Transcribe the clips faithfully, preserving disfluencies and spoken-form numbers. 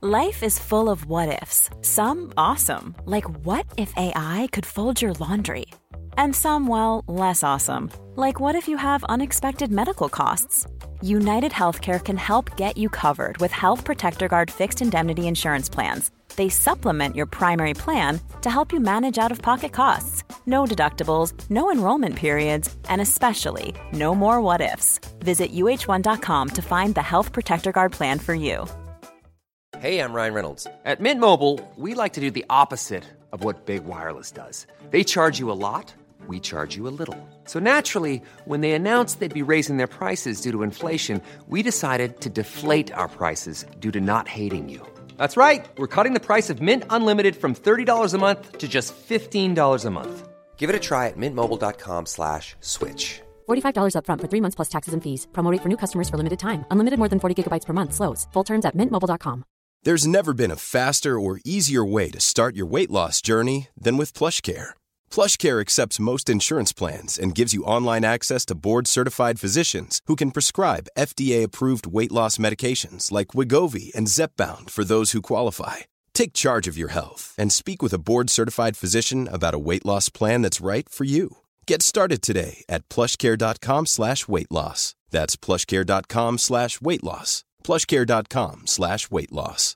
Life is full of what-ifs. Some awesome, like what if A I could fold your laundry? And some, well, less awesome, like what if you have unexpected medical costs? United Healthcare can help get you covered with Health Protector Guard fixed indemnity insurance plans. They supplement your primary plan to help you manage out-of-pocket costs. No deductibles, no enrollment periods, and especially no more what-ifs. Visit U H one dot com to find the Health Protector Guard plan for you. Hey, I'm Ryan Reynolds. At Mint Mobile, we like to do the opposite of what Big Wireless does. They charge you a lot, we charge you a little. So naturally, when they announced they'd be raising their prices due to inflation, we decided to deflate our prices due to not hating you. That's right. We're cutting the price of Mint Unlimited from thirty dollars a month to just fifteen dollars a month. Give it a try at mintmobile.com slash switch. forty-five dollars up front for three months plus taxes and fees. Promo rate for new customers for limited time. Unlimited more than forty gigabytes per month. Slows full terms at mint mobile dot com. There's never been a faster or easier way to start your weight loss journey than with PlushCare. PlushCare accepts most insurance plans and gives you online access to board-certified physicians who can prescribe F D A-approved weight loss medications like Wegovy and Zepbound for those who qualify. Take charge of your health and speak with a board-certified physician about a weight loss plan that's right for you. Get started today at plushcare.com slash weight loss. That's plushcare.com slash weight loss. plushcare.com slash weight loss.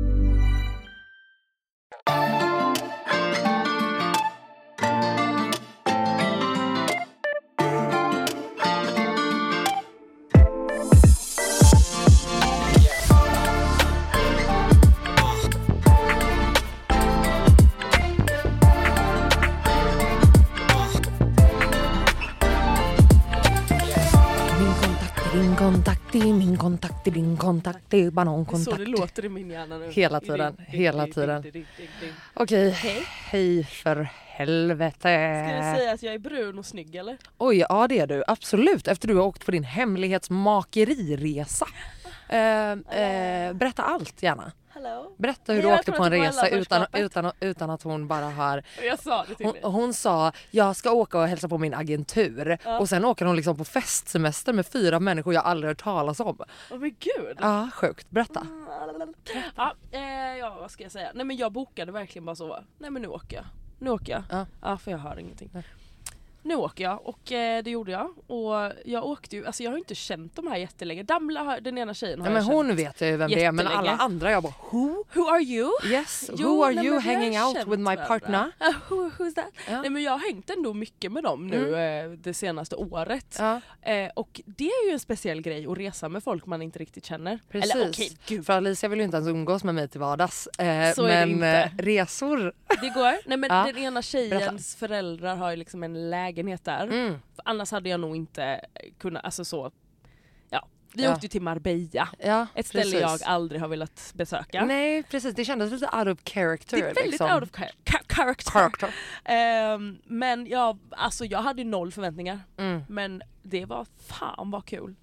Din kontakt, min kontakt, din kontakt, banankontakt. Så det låter i min hjärna nu. Hela tiden, hela tiden. Okej, hej. hej för helvete. Ska du säga att jag är brun och snygg eller? Oj, ja det är du. Absolut. Efter du har åkt på din hemlighetsmakeriresa. Uh, uh, berätta allt gärna. Hello. Berätta hur du åkte på en resa utan, utan, utan att hon bara har... Jag sa det till hon, hon sa, jag ska åka och hälsa på min agentur. Ja. Och sen åker hon liksom på festsemester med fyra människor jag aldrig hört talas om. Åh men gud. Ja, sjukt. Berätta. Ja, eh, ja, vad ska jag säga? Nej men jag bokade verkligen bara så. Nej men nu åker jag. Nu åker jag. Ja, ja för jag hör ingenting. Nej. Nu åker jag och eh, det gjorde jag och jag åkte ju, alltså jag har inte känt de här jättelänge. Damla, den ena tjejen har ja, jag men hon vet ju vem det är, men alla andra jag bara who? Who are you? Yes, jo, who are you hanging out with my partner? Uh, who, who's that? Ja. Nej men jag har hängt ändå mycket med dem nu mm. eh, det senaste året. Ja. Eh, och det är ju en speciell grej att resa med folk man inte riktigt känner. Precis, Eller, okay, gud. För Alicia vill ju inte ens umgås med mig till vardags. Eh, Så men är det inte. resor. Det går. Nej men ja. den ena tjejens Berätta. föräldrar har ju liksom en lägenhet där. Mm. För annars hade jag nog inte kunnat, alltså så, ja. Vi ja. åkte ju till Marbella. Ja, ett ställe precis. jag aldrig har velat besöka. Nej, precis. Det kändes lite out of character. Det är väldigt liksom. out of char- character. character. um, men jag, alltså jag hade noll förväntningar. Mm. Men det var fan vad kul.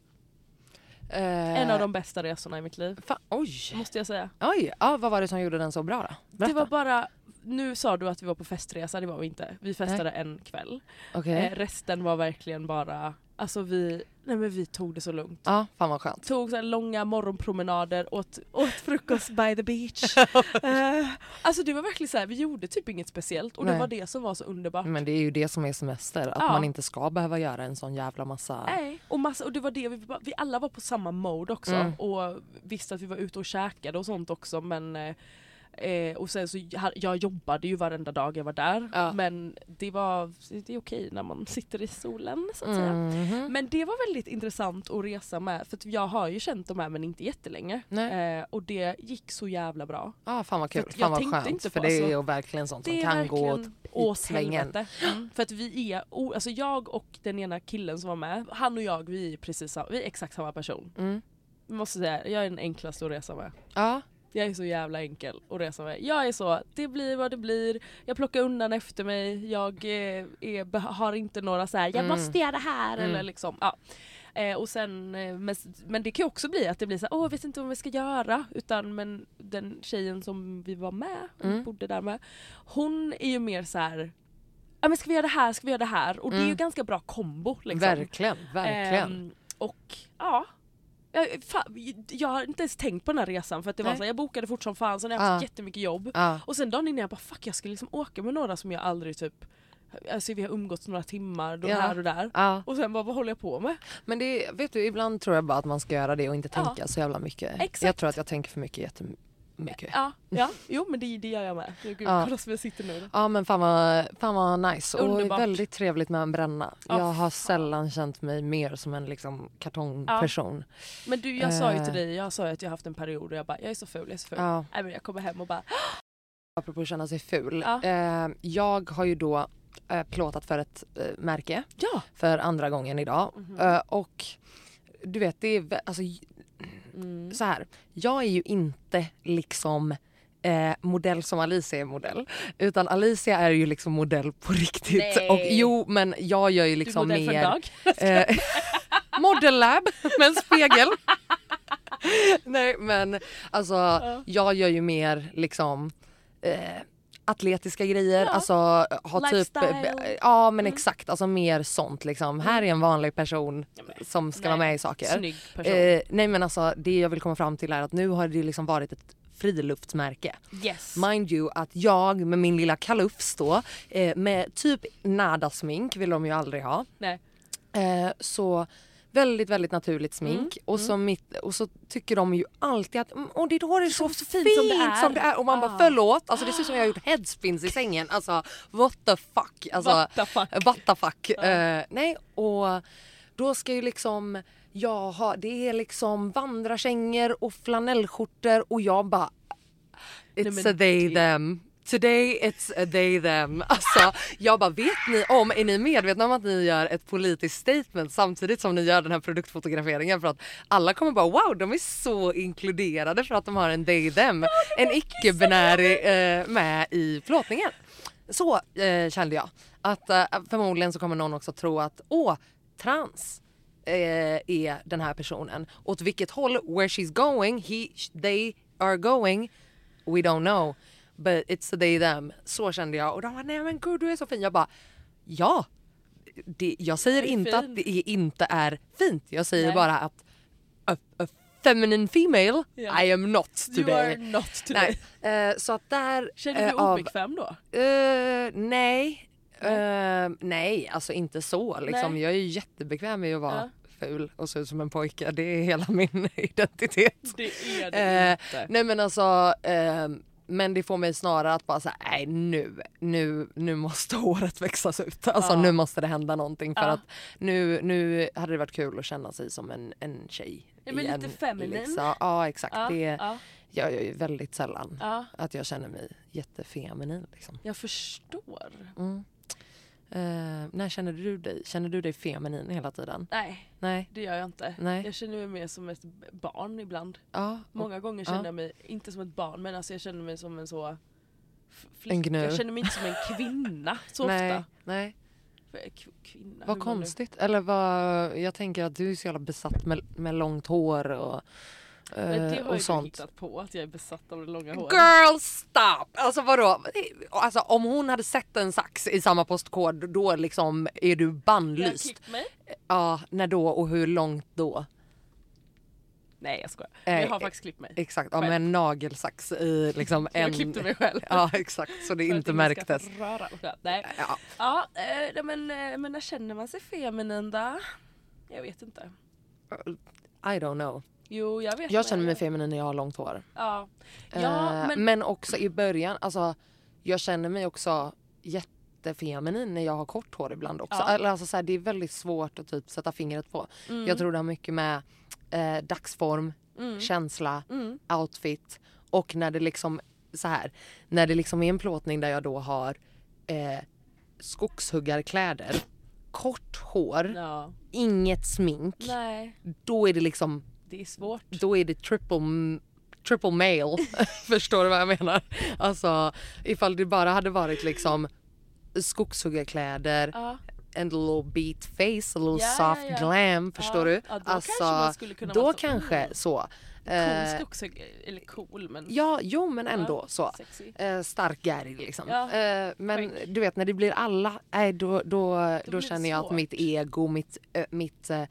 Uh, en av de bästa resorna i mitt liv. Fan, oj. Måste jag säga. Oj, ja, vad var det som gjorde den så bra då? Berätta. Det var bara... Nu sa du att vi var på festresa, det var vi inte. Vi festade nej. en kväll. Okay. Eh, resten var verkligen bara... Alltså vi... Nej men vi tog det så lugnt. Ja, fan vad skönt. Tog så här långa morgonpromenader, åt, åt frukost by the beach. uh, alltså det var verkligen så här, vi gjorde typ inget speciellt. Och nej. det var det som var så underbart. Men det är ju det som är semester. Att ja. man inte ska behöva göra en sån jävla massa... Nej, och, massa, och det var det. Vi, vi alla var på samma mode också. Mm. Och visste att vi var ute och käkade och sånt också. Men... Eh, Eh, och sen så jag jobbade ju varenda dag jag var där ja. men det var det är okej när man sitter i solen så att mm-hmm. säga. Men det var väldigt intressant att resa med för att jag har ju känt de här men inte jättelänge eh, och det gick så jävla bra. Ja ah, fan vad kul. Fan vad skönt inte för det är ju verkligen sånt som kan gå åt, åt svängen. Mm. För att vi är oh, alltså jag och den ena killen som var med, han och jag vi är precis samma, vi är exakt samma person. Mm. Jag måste säga jag är den enklaste att resa med. Ja. Jag är så jävla enkel att resa med. Jag är så, det blir vad det blir. Jag plockar undan efter mig. Jag är, är, har inte några så här, jag mm. måste göra det här. Mm. Eller liksom, ja. Eh, och sen, men, men det kan ju också bli att det blir så här, åh, jag vet inte vad vi ska göra. Utan, men den tjejen som vi var med, mm. bodde där med. Hon är ju mer så här, ja men ska vi göra det här, ska vi göra det här. Och mm. det är ju ganska bra kombo. Liksom. Verkligen, verkligen. Eh, och ja. Jag, fan, jag har inte ens tänkt på den här resan för att det var så, jag bokade fort som fan, sen har jag haft Ja. jättemycket jobb. Ja. Och sen dagen innan jag bara fuck, jag ska liksom åka med några som jag aldrig typ, alltså vi har umgåtts några timmar då Ja. här och där. Ja. Och sen bara, vad håller jag på med? Men det, vet du, ibland tror jag bara att man ska göra det och inte Ja. tänka så jävla mycket. Exakt. Jag tror att jag tänker för mycket jättemycket. Ja, ja. Jo men det, det gör jag med. Gud, Ja. kolla som jag sitter nu. Ja men fan vad, fan vad nice. Underbart. Och väldigt trevligt med en bränna. Ja, jag har fan. sällan känt mig mer som en liksom kartongperson. Men du, jag sa ju Eh. till dig, jag sa ju att jag haft en period och jag bara, jag är så ful, jag är så ful. Ja. Nej, men jag kommer hem och bara, Apropå att känna sig ful. Ja. Eh, jag har ju då eh, plåtat för ett eh, märke ja. för andra gången idag. Mhm. Eh, och du vet, det är vä- alltså, Mm. så här. Jag är ju inte liksom eh, modell som Alicia är modell. Utan Alicia är ju liksom modell på riktigt. Nej. Och jo, men jag gör ju liksom du är modell mer... för en dag. Eh, Model lab med en spegel. Nej men alltså Ja. jag gör ju mer liksom eh, atletiska grejer, Ja. alltså ha typ Lifestyle. ja men Mm. exakt, alltså mer sånt liksom. Här är en vanlig person Ja, men, som ska nej. vara med i saker. Snygg person. Eh, nej men alltså det jag vill komma fram till är att nu har det liksom varit ett friluftsmärke. yes. Mind you att jag med min lilla kalufs då eh, med typ nada smink vill de ju aldrig ha. Nej. Eh, så väldigt, väldigt naturligt smink. Mm, Och, så mitt, och så tycker de ju alltid att mm, åh, ditt hår är så, Så fint, fint som det är." som det är. Och man bara Ah. förlåt. Alltså det ser ut som jag har gjort headspins i sängen. Alltså what the fuck. Alltså, What the fuck. What the fuck. Ja. Eh, nej och då ska ju liksom jag ha, det är liksom vandrarkängor och flanellskjortor och jag bara it's Nej, a men they det- them. Today it's a they them. Alltså jag bara, vet ni om, är ni medvetna om att ni gör ett politiskt statement samtidigt som ni gör den här produktfotograferingen, för att alla kommer bara wow, de är så inkluderade för att de har en they them, en icke-binärig eh, med i plåtningen. Så eh, kände jag att eh, förmodligen så kommer någon också tro att åh, trans eh, är den här personen. Åt vilket håll, where she's going, he, they are going, we don't know. But it's a they them. Så kände jag. Och de bara, nej men gud du är så fin. Jag bara, ja. Det, jag säger Det är inte fin. att det är, inte är fint. Jag säger Nej. bara att a, a feminine female, Ja. I am not You today. are not today. Nej. Eh, så att där... Känner du dig eh, av- obekväm då? Eh, nej. Eh, nej, alltså inte så. Liksom. Nej. Jag är ju jättebekväm med att vara Ja. ful och se ut som en pojke. Det är hela min identitet. Det är det Eh, inte. nej men alltså, eh, men det får mig snarare att bara säga, nej nu, nu, nu måste håret växas ut. Alltså Ja. nu måste det hända någonting för Ja. att nu, nu hade det varit kul att känna sig som en, en tjej. Ja, men i lite en, feminin. Liksom, ja exakt, Ja, det ja, gör jag ju väldigt sällan. ja. Att jag känner mig jättefeminin liksom. Jag förstår. Mm. Eh, när känner du dig? Känner du dig feminin hela tiden? Nej, Nej? det gör jag inte. Nej. Jag känner mig mer som ett barn ibland. Ja. Många gånger Ja. känner jag mig, inte som ett barn, men alltså jag känner mig som en så f- flicka. En gnur. Jag känner mig inte som en kvinna så Nej. ofta. Nej. För jag är k- kvinna. Vad hur var det nu? konstigt. Eller vad, jag tänker att du är så jävla besatt med, med långt hår och, Men det eh, har och ju sånt. du hittat på, att jag är besatt av det långa håret. Girl stop! Alltså vadå? Alltså om hon hade sett en sax i samma postkod då liksom är du Jag har bannlyst. klippt mig. Ja, när då och hur långt då? Nej jag skojar. Men jag har Eh, faktiskt klippt mig. Exakt, ja, Själv. med en nagelsax i liksom en... Jag klippte mig själv. Ja exakt, så det För att inte ingen ska märktes. få röra mig. Nej. Ja. Ja, eh, men, eh, men när känner man sig feminin då? Jag vet inte. I don't know. Jo, jag vet. Jag vad känner mig gör. feminin när jag har långt hår. Ja, Eh, ja men... men... också i början, alltså jag känner mig också jättefeminin när jag har kort hår ibland också. Ja. Eller, alltså, så här, det är väldigt svårt att typ sätta fingret på. Mm. Jag tror det har mycket med eh, dagsform, Mm. känsla, Mm. outfit och när det liksom så här, när det liksom är en plåtning där jag då har eh, skogshuggarkläder, kort hår, Ja. inget smink. Nej, Då är det liksom det är svårt. då är det triple triple male. Förstår du vad jag menar? Alltså ifall det bara hade varit liksom skogshuggarkläder, Ja. en little beat face, a little Ja, soft ja, ja. glam, förstår Ja. du? Ja, då alltså kanske man skulle kunna då vara så, kanske mm. så. Cool Eh, skogshugg, eller cool men... ja, jo men ändå Ja, så. sexy. Eh, stark gärig liksom. Ja, Eh, men skägg. du vet när det blir alla, nej då, då, då, blir det känner jag att svårt. mitt ego, mitt, eh, mitt, eh,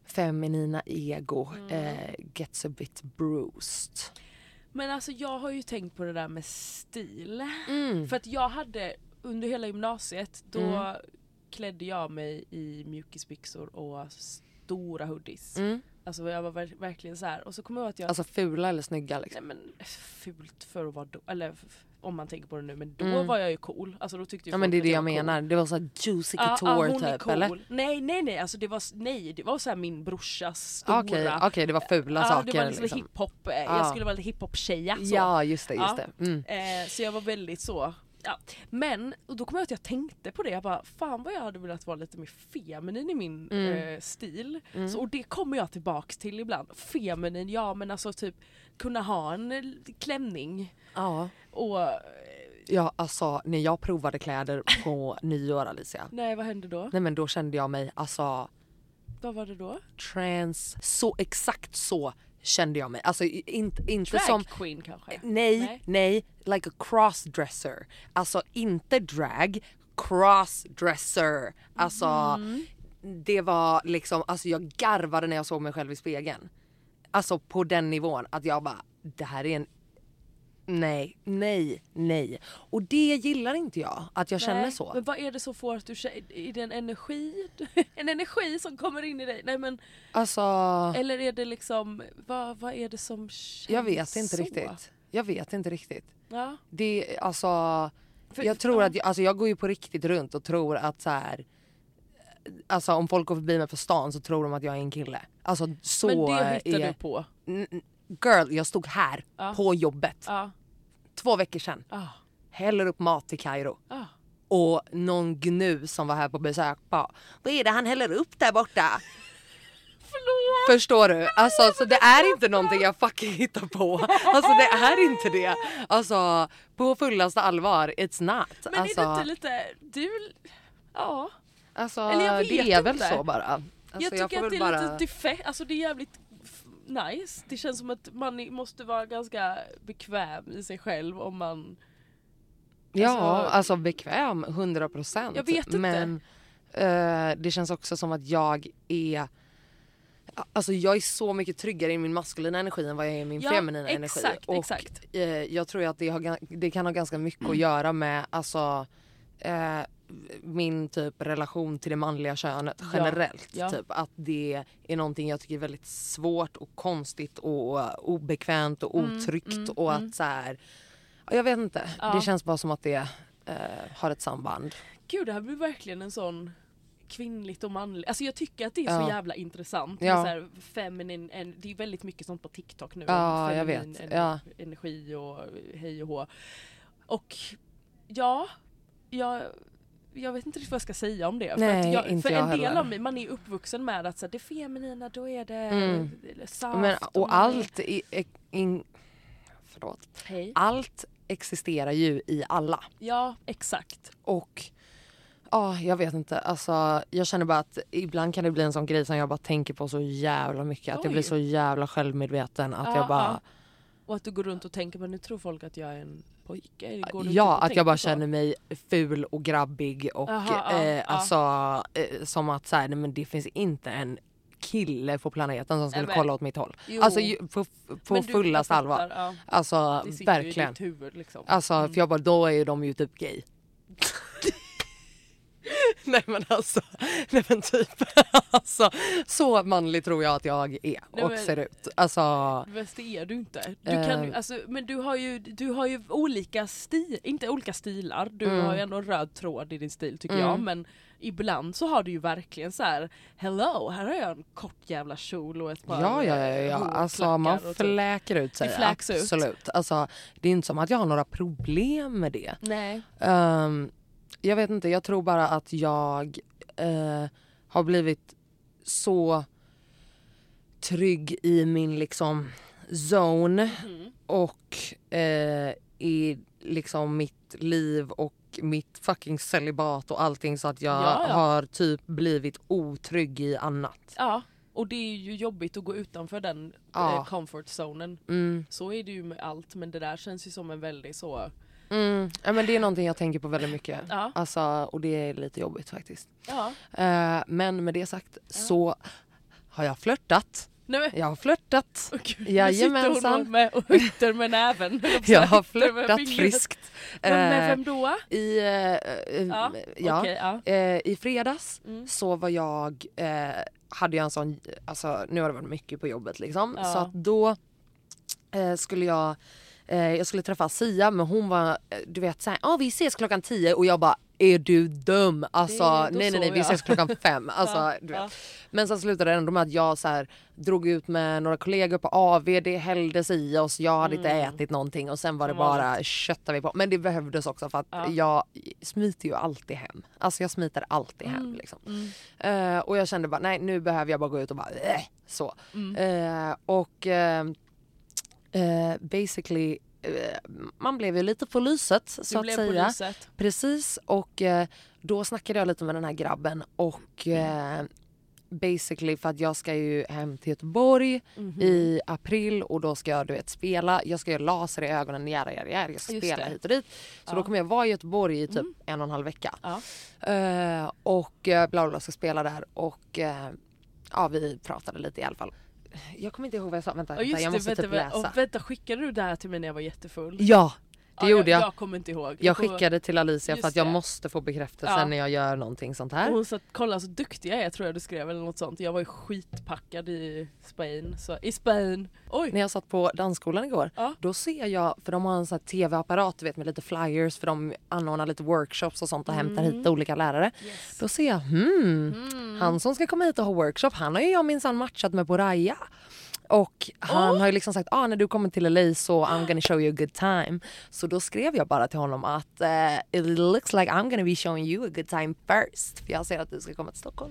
feminina ego mm. eh, gets a bit bruised. Men alltså jag har ju tänkt på det där med stil. Mm. För att jag hade under hela gymnasiet, då mm. klädde jag mig i mjukisbyxor och stora hoodies. Mm. Alltså jag var ver- verkligen så här. Och så kommer jag att jag... Alltså fula eller snygga liksom? Nej men fult för att vara då. Eller f- om man tänker på det nu. Men då mm. var jag ju cool. Alltså då tyckte ju ja men det är det jag, jag menar. Det var så här juicy couture ah, ah, hon typ är cool. eller? Nej nej nej. Alltså det var, nej, det var så här min brorsas stora. Okej okay, okay, det var fula ah, saker. Det var liksom, liksom. hiphop. Ah. Jag skulle vara lite hiphop-tjeja. Så. Ja just det, just ah. det. Mm. Eh, så jag var väldigt så... Ja. Men och då kom jag att jag tänkte på det. Jag bara, fan vad jag hade velat vara lite mer feminin i min mm. eh, stil. Mm. Så, och det kommer jag tillbaks till ibland. Feminin, ja men alltså typ kunna ha en klänning. Ja. Och... Ja alltså när jag provade kläder på nyår Alicia. Nej vad hände då? Nej men då kände jag mig alltså... Vad var det då? Trans, så exakt så kände jag mig. Alltså inte, inte drag som... queen kanske? Nej, nej, nej. Like a crossdresser. Alltså inte drag, crossdresser. Alltså mm. det var liksom, alltså jag garvade när jag såg mig själv i spegeln. Alltså på den nivån att jag bara, det här är en... Nej, nej, nej. Och det gillar inte jag, att jag nej, känner så. Men vad är det som får att du känner, är det en energi? En energi som kommer in i dig? Nej men... Alltså... Eller är det liksom, vad, vad är det som känns jag vet inte så? riktigt. Jag vet inte riktigt. Ja. Det, alltså... För, jag tror ja. att, jag, alltså jag går ju på riktigt runt och tror att så här... Alltså om folk går förbi mig på stan så tror de att jag är en kille. Alltså så... Men det hittar är, du på? N- girl, jag stod här ja. på jobbet. Ja. Två veckor sedan. Ja. Häller upp mat till Kairo. Ja. Och någon gnu som var här på besök bara, vad är det han häller upp där borta? Förlåt. Förstår du? Alltså så det är inte någonting jag fucking hittar på. Alltså det är inte det. Alltså på fullaste allvar, it's not. Men alltså, är det inte lite, du, ja. Alltså eller jag vet det är inte. väl så bara. Alltså, jag tycker jag får att det är bara... lite diffe, alltså det är jävligt nice. Det känns som att man måste vara ganska bekväm i sig själv om man... Ja, alltså, alltså bekväm, hundra procent. Jag vet inte. Men uh, det känns också som att jag är... Alltså jag är så mycket tryggare i min maskulina energi än vad jag är i min ja, feminina exakt, energi. Och exakt. Uh, jag tror att det, har, det kan ha ganska mycket att göra med alltså, uh, min typ relation till det manliga könet generellt. Ja, ja. Typ, att det är någonting jag tycker är väldigt svårt och konstigt och obekvämt och otryggt. Mm, mm, och att mm. så här... Jag vet inte. Ja. Det känns bara som att det uh, har ett samband. Gud, det här blir verkligen en sån kvinnligt och manligt. Alltså jag tycker att det är ja. så jävla intressant. Ja. Så här, feminin, en, det är väldigt mycket sånt på TikTok nu. Ja, jag vet. En, ja. energi och hej och hå. Och ja, jag... Jag vet inte riktigt vad jag ska säga om det. Nej, för att jag, inte för jag en del heller. av mig, man är uppvuxen med att så, det feminina, då är det mm. saft. Men, och och allt i, in, förlåt. Hej. Allt existerar ju i alla. Ja, exakt. Och ja, jag vet inte. Alltså, jag känner bara att ibland kan det bli en sån grej som jag bara tänker på så jävla mycket. Att Oj. jag blir så jävla självmedveten. Att ja, jag bara... Ja. Och att du går runt och tänker, men nu tror folk att jag är en pojke. Går ja, att jag bara så? känner mig ful och grabbig. Och Aha, eh, ja, alltså, eh, som att så här, nej, men det finns inte en kille på planeten som skulle Nej, kolla åt mitt håll. Jo. Alltså ju, på, på fullast allvar. Ja. Alltså det sitter verkligen. Ju i ditt huvud, liksom. Alltså mm. för jag bara, då är ju de ju typ gay. Nej men alltså, nej men typ alltså, så manlig tror jag att jag är nej, och men, ser ut. Alltså det är du inte. Du kan äh, alltså, men du har ju du har ju olika stil, inte olika stilar. Du mm. har ju ändå en röd tråd i din stil tycker mm. jag, men ibland så har du ju verkligen så här: hello, här har jag en kort jävla kjol och ett par ja ja ja, ja. Alltså man fläker ut sig. Absolut. Ut. Alltså det är inte som att jag har några problem med det. Nej. Um, Jag vet inte, jag tror bara att jag eh, har blivit så trygg i min liksom zone mm. och eh, i liksom mitt liv och mitt fucking celibat och allting så att jag ja, ja. har typ blivit otrygg i annat. Ja, och det är ju jobbigt att gå utanför den ja. eh, comfort-zonen. Mm. Så är det ju med allt, men det där känns ju som en väldigt så... Mm. Ja, men det är någonting jag tänker på väldigt mycket. Ja. Alltså, och det är lite jobbigt faktiskt. Ja. Uh, men med det sagt ja. så Har jag flörtat? Nej, jag har flörtat. Okay. Jajamensan. Med och hytter med näven. Jag har flörtat friskt. Men med vem då? I, uh, ja, ja, okay, ja. Uh, i fredags mm. så var jag, uh, hade jag en sån, alltså nu har det varit mycket på jobbet liksom. Ja. Så att då uh, skulle jag, uh, jag skulle träffa Sia, men hon var, uh, du vet såhär, ja ah, vi ses klockan tio och jag bara, är du dum? Alltså det, nej nej nej vi ses klockan fem. Alltså, ja, du vet. Ja. Men sen slutade det ändå med att jag så här, drog ut med några kollegor på A V. Det hälldes i oss. Jag hade mm. inte ätit någonting och sen var det bara köttade vi på. Men det behövdes också för att ja. jag smiter ju alltid hem. Alltså jag smiter alltid hem mm. liksom. Mm. Uh, och jag kände bara nej nu behöver jag bara gå ut och bara äh, så. Mm. Uh, och uh, uh, basically man blev ju lite på lyset så att säga. Precis, och eh, då snackade jag lite med den här grabben och eh, basically för att jag ska ju hem till Göteborg mm-hmm. i april och då ska jag du vet spela, jag ska göra laser i ögonen, jära, jära, jära. Jag ska Just spela det. hit och dit. Så ja. då kommer jag vara i Göteborg i typ mm. en och en halv vecka. Ja. Uh, och uh, bla bla ska spela där och uh, ja vi pratade lite i alla fall. Jag kommer inte ihåg vad jag sa. Vänta, vänta jag måste det, typ vänta, läsa. Och vänta, skickade du det här till mig när jag var jättefull? Ja, det ja, gjorde jag. Jag, jag kommer inte ihåg. Jag, jag kommer... skickade till Alicia Just för att jag det. måste få bekräftelse ja. när jag gör någonting sånt här. Och hon sa, kolla så duktig jag är tror jag du skrev eller något sånt. Jag var ju skitpackad i Spain. Så, I Spain. Oj. När jag satt på dansskolan igår, ja. då ser jag, för de har en sån här tv-apparat du vet, med lite flyers för de anordnar lite workshops och sånt och mm. hämtar hit olika lärare. Yes. Då ser jag, hmm, mm. han som ska komma hit och ha workshop, han har ju jag minsann matchat med på Raya. Och han oh. har ju liksom sagt ah, när du kommer till L A så I'm gonna show you a good time. Så då skrev jag bara till honom att uh, it looks like I'm gonna be showing you a good time first. För jag ser att du ska komma till Stockholm.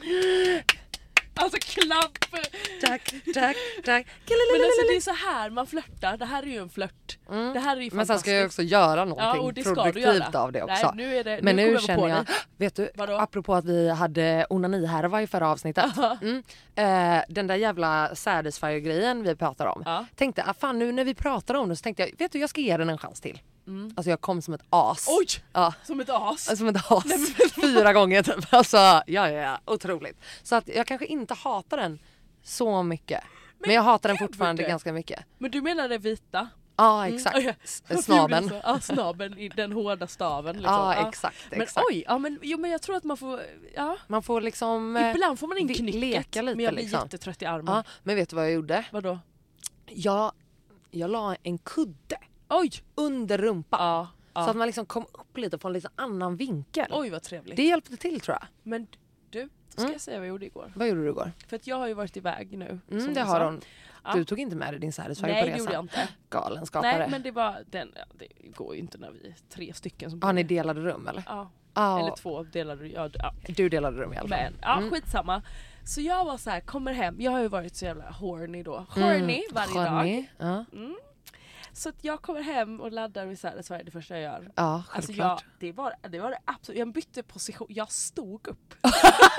Alltså klapp! Tack, tack, tack. Men alltså det är så här man flörtar. Det här är ju en flört. Mm. Det här är ju men sen ska jag också göra någonting ja, produktivt av det också. Nej, nu är det, men nu, nu känner jag, vet du, Vadå? apropå att vi hade onani-härva i förra avsnittet. Uh-huh. Mm. Eh, den där jävla Satisfyer-grejen vi pratar om. Uh-huh. Tänkte, ah, fan nu när vi pratar om det så tänkte jag, vet du jag ska ge den en chans till. Mm. Alltså jag kom som ett as. Oj! Ja. Som ett as? Som ett as. Nej, men... Fyra gånger typ. Alltså, ja, ja, ja. Otroligt. Så att jag kanske inte hatar den så mycket. Men, men jag hatar den fortfarande det. ganska mycket. Men du menar det vita? Ja, exakt. Mm. Okay. Snaben. Ja, snaben i den hårda staven. Liksom. Ja, exakt. Men exakt. oj, ja, men, jo, men jag tror att man får... Ja. Man får liksom... Ibland får man in knycket, leka lite, men jag blir liksom. jättetrött i armen. Ja, men vet du vad jag gjorde? Vadå? Jag, jag la en kudde. Oj! Under rumpan. Ja. Ja. Så att man liksom kom upp lite på en lite annan vinkel. Oj vad trevligt. Det hjälpte till tror jag. Men du, ska mm. jag säga vad jag gjorde igår? Vad gjorde du igår? För att jag har ju varit iväg nu. Mm, det har hon. Du ja. tog inte med dig din Satisfyer på resan. Nej det gjorde jag inte. Galenskapare. Nej men det var den, ja, det går ju inte när vi är tre stycken. Som har ni delade rum eller? Ja. Ah. Eller två delade ja, ja. Du delade rum i alla fall. Men, ja mm. skitsamma. Så jag var så här, kommer hem. Jag har ju varit så jävla horny då. Horny mm. varje horny. dag. Ja. Mm. Så att jag kommer hem och laddar med Satisfyer det första jag gör. Ja, alltså jag, det var det var det absolut. Jag bytte position. Jag stod upp. nej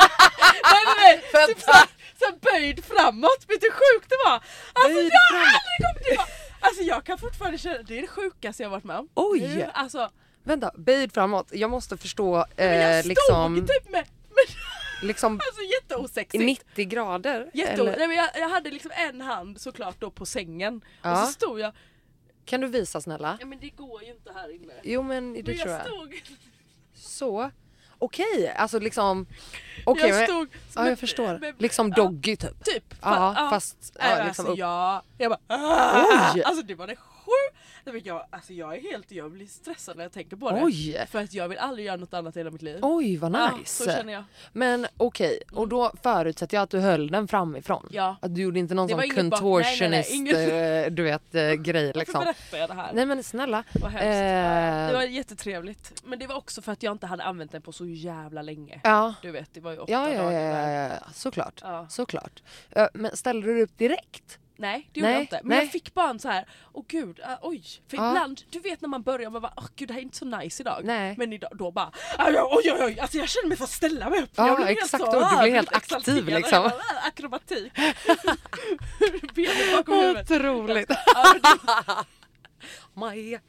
nej nej. Typ så, så böjd framåt. Vet du hur sjukt det var? Alltså böjd jag aldrig kom till. Alltså jag kan fortfarande känna det är det sjukaste jag varit med om. Oj. Nu, alltså vänta, böjd framåt. Jag måste förstå eh, men jag stod liksom typ med men, liksom alltså jätteosexigt. nittio grader. Jätte, nej, men jag, jag hade liksom en hand såklart då på sängen ja. och så stod jag. Kan du visa snälla? Ja men det går ju inte här inne. Jo men det men tror jag. Stod... Så. Okej, okay, alltså liksom okej, okay, jag stod men, ja jag förstår. Med, liksom doggy typ. Typ. Ja, ja fast ja, äh, liksom alltså, jag jag bara oj. Alltså det var det sju. Jag alltså jag är helt jag blir stressad när jag tänker på det. Oj. För att jag vill aldrig göra något annat i hela mitt liv. Oj, vad nice. Ja, så känner jag. Men okej, okay. och då förutsätter jag att du höll den framifrån. Ja. Att du gjorde inte någon sån contortionist nej, nej, nej. Ingen... du vet äh, grej liksom. Varför berättar jag det här? Nej men snälla. Vad hemskt. Eh... Det var jättetrevligt. Men det var också för att jag inte hade använt den på så jävla länge. Ja. Du vet, det var ju åtta ja, ja, dagar. Ja, ja, ja. Såklart. Ja. Såklart. Uh, men ställde du upp direkt? Nej, det gjorde nej, jag inte. Men nej. jag fick bara en så här, åh gud, uh, oj. För ja. ibland, du vet när man börjar, man bara, åh gud det här är inte så nice idag. Nej. Men idag, då bara, oj oj oj, alltså jag känner mig för att ställa mig upp. Ja, jag exakt, så, då, du blir helt exalterad, aktiv liksom. Bara, akrobatik. Benen bakom huvudet. Otroligt. Maja.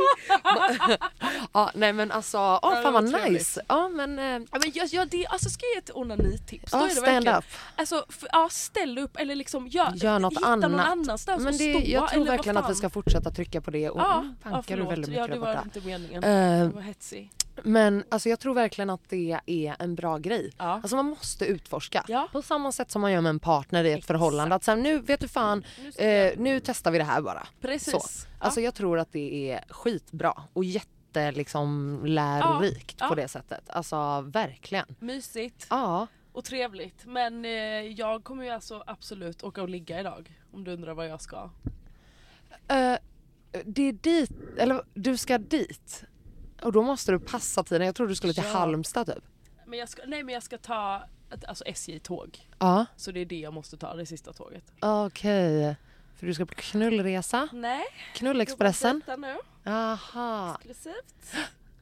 Ja, nej men alltså, åh Ja, fan vad det var trevligt. nice. Ja men, eh, Ja, men jag, jag, det, alltså ska jag ge ett onanitips? Ja, Då är det stand verkligen- up. Alltså, f- ja, ställ upp eller liksom gör, gör något hitta annat. någon annanstans men och det, stå. jag tror eller vad verkligen att vi fan. ska fortsätta trycka på det. Och Ja, mm, ja, tankar du förlåt. väldigt mycket ja, det där var borta. inte meningen. Eh, Det var hetsig. Men alltså jag tror verkligen att det är en bra grej. Ja. Alltså man måste utforska. Ja. På samma sätt som man gör med en partner i ett Exakt. förhållande. Att så här, nu vet du fan, Nu ska eh, nu testar vi det här bara. Precis. Så. Ja. Alltså jag tror att det är skitbra och jätte liksom lärorikt Ja. på Ja. det sättet. Alltså verkligen. Mysigt Ja. och trevligt. Men eh, jag kommer ju alltså absolut åka och ligga idag. Om du undrar vad jag ska. Eh, det är dit, eller du ska dit. Och då måste du passa tiden. Jag tror du skulle till Ja. Halmstad typ. Men jag ska, nej men jag ska ta ett, alltså S J-tåg. Ja. Så det är det jag måste ta, det sista tåget. Okej. För du ska på knullresa. Nej. Knullexpressen. Jag nu. Aha. Exklusivt.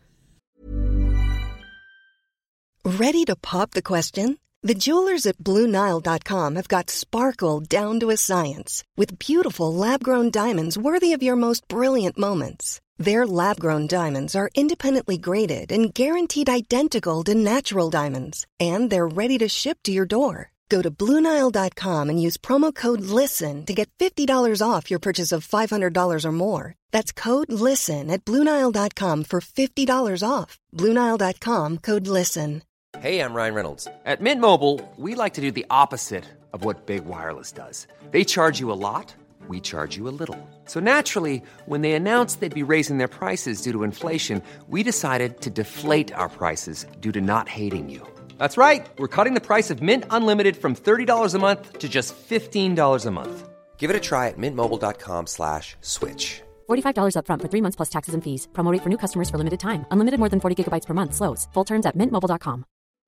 Ready to pop the question? The jewelers at Blue Nile dot com have got sparkle down to a science with beautiful lab-grown diamonds worthy of your most brilliant moments. Their lab-grown diamonds are independently graded and guaranteed identical to natural diamonds, and they're ready to ship to your door. Go to Blue Nile dot com and use promo code LISTEN to get fifty dollars off your purchase of five hundred dollars or more. That's code LISTEN at Blue Nile dot com for fifty dollars off. Blue Nile dot com, code LISTEN. Hey, I'm Ryan Reynolds. At Mint Mobile, we like to do the opposite of what Big Wireless does. They charge you a lot, we charge you a little. So naturally, when they announced they'd be raising their prices due to inflation, we decided to deflate our prices due to not hating you. That's right. We're cutting the price of Mint Unlimited from thirty dollars a month to just fifteen dollars a month. Give it a try at mintmobile.com slash switch. forty-five dollars up front for three months plus taxes and fees. Promo rate for new customers for limited time. Unlimited more than forty gigabytes per month slows. Full terms at mint mobile dot com.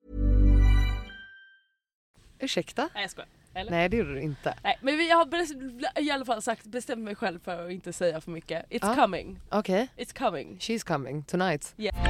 Ursäkta? Nej jag skojar. Eller? Nej, det gjorde du inte. Nej, men vi- jag har bes- i alla fall sagt, bestämt mig själv för att inte säga för mycket. It's Ja. coming. Okej. It's coming. She's coming tonight.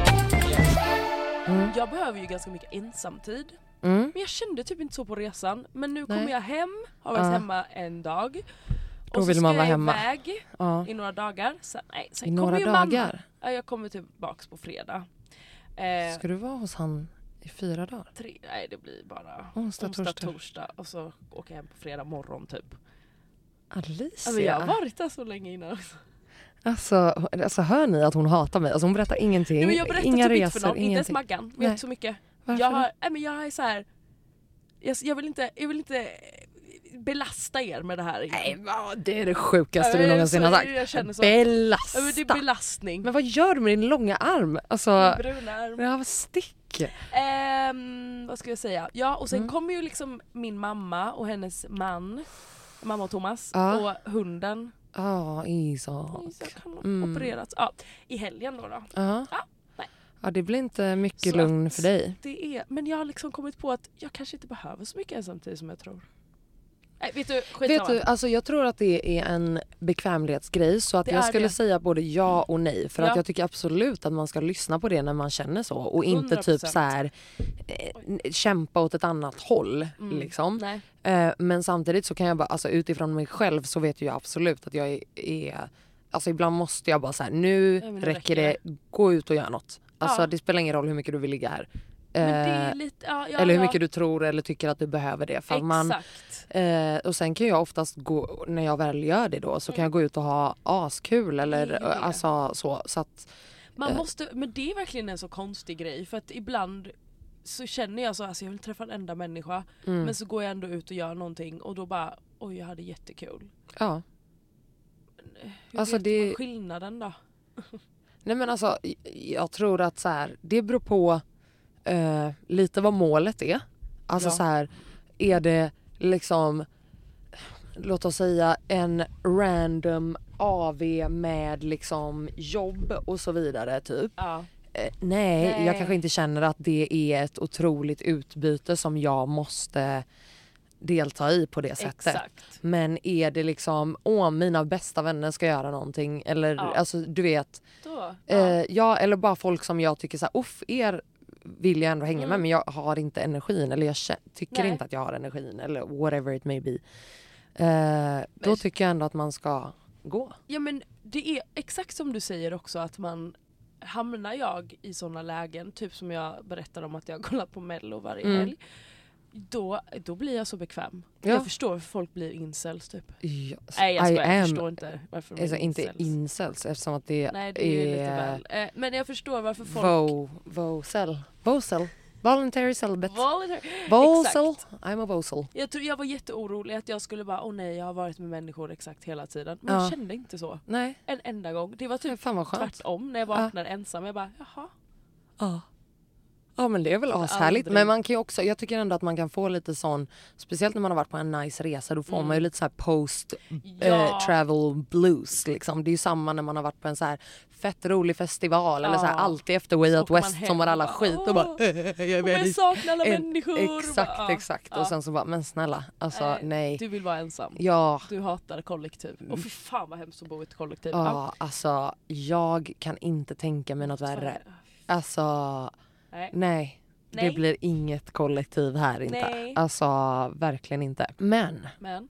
Yeah. Jag behöver ju ganska mycket ensamtid. Mm. Men jag kände typ inte så på resan. Men nu kommer Nej. jag hem, har varit Ja. hemma en dag. Då Och så vill ska man vara jag hemma. iväg Ja. i några dagar. Sen, nej, sen I kommer några ju dagar? Mamma. Ja, jag kommer tillbaks på fredag. Eh, Ska du vara hos han i fyra dagar? tre, nej det blir bara Onsdag, onsdag, torsdag. torsdag. Och så åker jag hem på fredag morgon typ. Alicia. Ja, men jag har varit där så länge innan också. Alltså, alltså hör ni att hon hatar mig? Alltså hon berättar ingenting. Nej, men jag berättar Inga typ inte resor, för någon, inte ens ingenting. Maggan. Vet Nej. så mycket. Varför Jag då? har, nej, men jag är så här. Jag, jag vill inte, jag vill inte belasta er med det här. Nej, vad, det är det sjukaste Ja, du någonsin så- har sagt. jag känner så. Belasta. Ja, men det är belastning. Men vad gör du med din långa arm? Alltså, Bruna arm. ja, vad stick. Ehm, vad ska jag säga? Ja, och sen Mm. kommer ju liksom min mamma och hennes man, mamma och Thomas, Ja. och hunden. Ja, Isak. Isak har Mm. opererats. Ja, i helgen då. då. Ja. Ja, nej. Ja, det blir inte mycket Så lugn att för dig. Det är, men jag har liksom kommit på att jag kanske inte behöver så mycket ensamtid som jag tror. Nej, vet du, skit Vet du, alltså jag tror att det är en bekvämlighetsgrej, så att Det jag är skulle det. säga både ja och nej, för Ja. att jag tycker absolut att man ska lyssna på det när man känner så och inte hundra typ procent. så här eh, kämpa åt ett annat håll Mm. liksom. Nej. Eh, men samtidigt så kan jag bara, alltså utifrån mig själv så vet jag absolut att jag är, är alltså ibland måste jag bara så här, nu Ja, men nu räcker räcker det, gå ut och gör något. Alltså Ja. det spelar ingen roll hur mycket du vill ligga här. Men det Eh, är lite, ja, ja, eller hur ja. mycket du tror eller tycker att du behöver det. För att man, Exakt. Eh, och sen kan jag oftast gå, när jag väl gör det då, så kan jag gå ut och ha askul eller Det är ju det. alltså så, så att Man eh. måste, men det är verkligen en så konstig grej, för att ibland så känner jag så, alltså jag vill träffa en enda människa, mm, men så går jag ändå ut och gör någonting och då bara, oj jag hade jättekul. ja. Hur Alltså vet det- man skillnaden då? Nej men alltså jag tror att så här, det beror på eh, lite vad målet är. Alltså Ja. så här, är det liksom, låt oss säga en random A V med liksom jobb och så vidare typ. Ja. Eh, nej, Nej. jag kanske inte känner att det är ett otroligt utbyte som jag måste delta i på det sättet. Exakt. Men är det liksom, åh mina bästa vänner ska göra någonting eller Ja. alltså du vet, Då, eh, ja. ja eller bara folk som jag tycker så här, uff er vill jag ändå hänga Mm. med men jag har inte energin eller jag kä- tycker Nej. inte att jag har energin eller whatever it may be. Eh, då Men- tycker jag ändå att man ska gå. Ja men det är exakt som du säger också att man hamnar jag i sådana lägen, typ som jag berättar om att jag kollar på Mello varje mm. helg. Då, då blir jag så bekväm. Ja. Jag förstår varför folk blir incels typ. Ja, Nej jag, skojar, jag am, förstår inte varför de alltså, blir inte incels. incels eftersom att det, Nej, det är, är lite väl. Eh, men jag förstår varför folk... Vo, vocel. Vocel. Voluntary celibate. Voluntary. Vocel. I'm a vocel. Jag tror jag var jätteorolig att jag skulle bara, åh nej jag har varit med människor exakt hela tiden. Men ja. jag kände inte så. Nej. En enda gång. Det var typ fan vad skönt. Tvärtom när jag vaknade ja. ensam. Jag bara, jaha. Ja. Ja men det är väl ashärligt. Men man kan ju också, jag tycker ändå att man kan få lite sån, speciellt när man har varit på en nice resa, då får mm. man ju lite så här post ja. eh, travel blues liksom. Det är ju samma när man har varit på en så här fett rolig festival ja. eller så här alltid efter Way Out West som var alla skit och bara äh, jag vet jag saknar alla en, människor. Exakt, bara, exakt. Ja. Och sen så bara, men snälla, alltså nej. nej. Du vill vara ensam. Ja. Du hatar kollektiv. Och för fan vad hemskt att bo i ett kollektiv. Ja, ja. alltså jag kan inte tänka mig något värre. Alltså, nej. nej. Nej. Det blir inget kollektiv här inte. Nej. Alltså verkligen inte. Men, Men.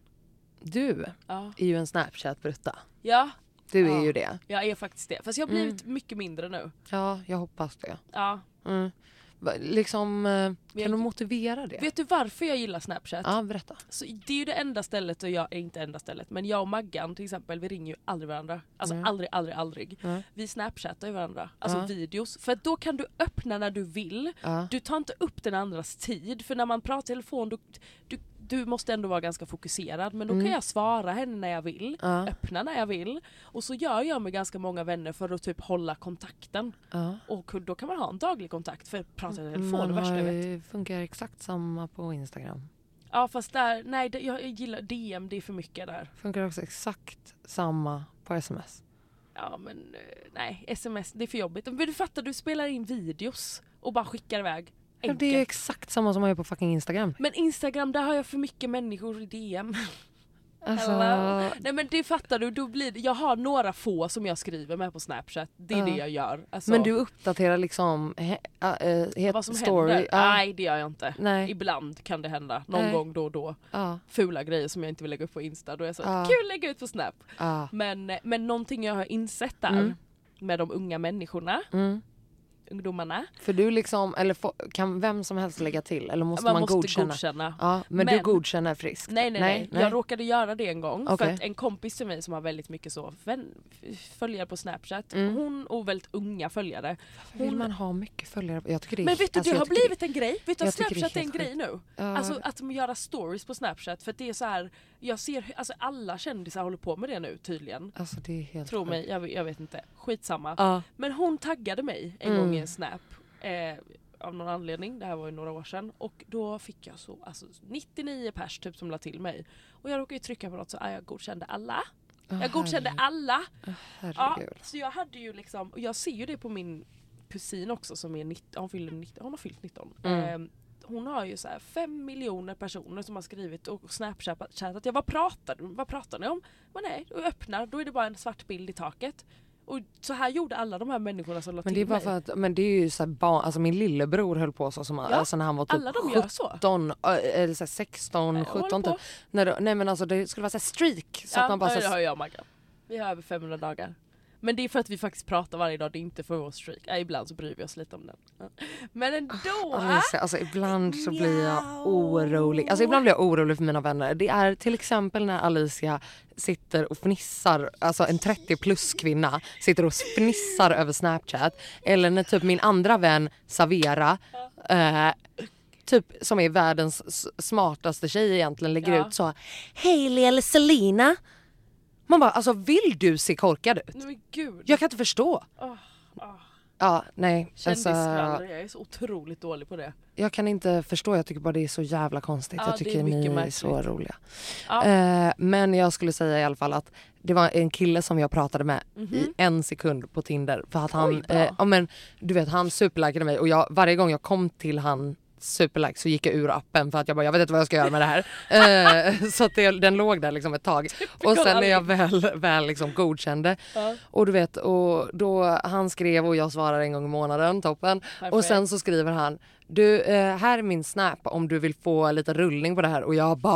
du ja. är ju en Snapchat-brutta. Ja. Du ja. är ju det. Jag är faktiskt det. Fast jag har blivit mm. mycket mindre nu. Ja, jag hoppas det. Ja. Mm. Liksom, kan jag, du motivera det? Vet du varför jag gillar Snapchat? Ja, berätta. Så det är ju det enda stället, och jag är inte enda stället, men jag och Maggan till exempel, vi ringer ju aldrig varandra. Alltså mm. aldrig, aldrig, aldrig. Mm. Vi Snapchattar ju varandra. Alltså mm. videos. För att då kan du öppna när du vill. Mm. Du tar inte upp den andras tid. För när man pratar i telefon, du, du, du måste ändå vara ganska fokuserad. Men då mm. kan jag svara henne när jag vill. Mm. Öppna när jag vill. Och så gör jag med ganska många vänner för att typ hålla kontakten. Mm. Och då kan man ha en daglig kontakt för att prata i telefon. Man det värsta jag vet. Det funkar exakt samma på Instagram. Ja fast där, nej det, jag gillar D M, det är för mycket där. Funkar också exakt samma på sms. Ja men nej, sms det är för jobbigt. Men du fattar, du spelar in videos och bara skickar iväg. Ja, det är ju exakt samma som man gör på fucking Instagram. Men Instagram, där har jag för mycket människor i D M. Alltså... Nej men det fattar du, då blir det, jag har några få som jag skriver med på Snapchat. Det är uh. det jag gör. Alltså... Men du uppdaterar liksom he, uh, uh, vad som story. händer? Uh. Nej det gör jag inte. Nej. Ibland kan det hända. Någon Nej. gång då och då. Uh. Fula grejer som jag inte vill lägga upp på Insta. Då är jag så uh. kul att lägga ut på Snap. Uh. Men, men någonting jag har insett där mm. med de unga människorna. Mm. Ungdomarna. För du liksom, eller få, kan vem som helst lägga till? Eller måste man, man måste godkänna? godkänna. Ja, men, men du godkänner friskt? Nej nej, nej, nej. Jag råkade göra det en gång. Okay. För att en kompis till mig som har väldigt mycket så vän, följare på Snapchat. Mm. Hon och väldigt unga följare. Hon... Vill man ha mycket följare? Jag tycker det är, men vet du, alltså, det har blivit det... en grej. Vet du att Snapchat är, är en grej nu? Uh... Alltså att göra stories på Snapchat. För att det är så här, jag ser, alltså alla kändisar håller på med det nu tydligen. Alltså det är helt Tror mig, jag, jag vet inte. Skitsamma. Uh. Men hon taggade mig en mm. gång i en Snap. Eh, av någon anledning, det här var ju några år sedan, och då fick jag så alltså nittionio pers typ som la till mig, och jag råkade ju trycka på något så ah, jag godkände alla oh, jag godkände herregud. alla oh, ja, så jag hade ju liksom, och jag ser ju det på min kusin också som är nitton, hon, fyller nitton, hon har fyllt nitton mm. eh, hon har ju så här fem miljoner personer som har skrivit och Snapchat att jag vad pratar, vad pratar ni om? Men nej, och öppnar, då är det bara en svart bild i taket. Och så här gjorde alla de här människorna som la men till det är bara mig. för att, men det är ju så här barn, alltså min lillebror höll på så som ja, alltså när han var typ alla de gör så. sjutton eller så här sexton, nej, sjutton typ. När, nej men alltså det skulle vara så här streak så ja, att man bara så så har jag Magga. Vi har över femhundra dagar. Men det är för att vi faktiskt pratar varje dag, det är inte för vår streak. Ja, ibland så bryr vi oss lite om den. Ja. Men ändå! Alltså, alltså ibland så blir jag orolig. Alltså ibland blir jag orolig för mina vänner. Det är till exempel när Alicia sitter och fnissar, alltså en trettio plus kvinna sitter och fnissar över Snapchat. Eller när typ min andra vän Savera eh, typ som är världens smartaste tjej egentligen lägger ja. ut så: Hailey eller Selena. Man bara, alltså vill du se korkad ut? Nej, gud. Jag kan inte förstå. Oh, oh. Ja, nej. Alltså, jag är så otroligt dålig på det. Jag kan inte förstå, jag tycker bara det är så jävla konstigt. Ja, jag tycker är ni märkligt. är så roliga. Ja. Eh, men jag skulle säga i alla fall att det var en kille som jag pratade med mm-hmm. i en sekund på Tinder. För att han, Oj, eh, ja, men, du vet, han superlikade mig och jag, varje gång jag kom till han superlike så gick jag ur appen för att jag bara, jag vet inte vad jag ska göra med det här. eh, så att det, den låg där liksom ett tag. Och sen när jag väl, väl liksom godkände ja. och du vet, och då han skrev och jag svarar en gång i månaden, toppen. Perfekt. Och sen så skriver han, du, eh, här är min snap om du vill få lite rullning på det här. Och jag bara,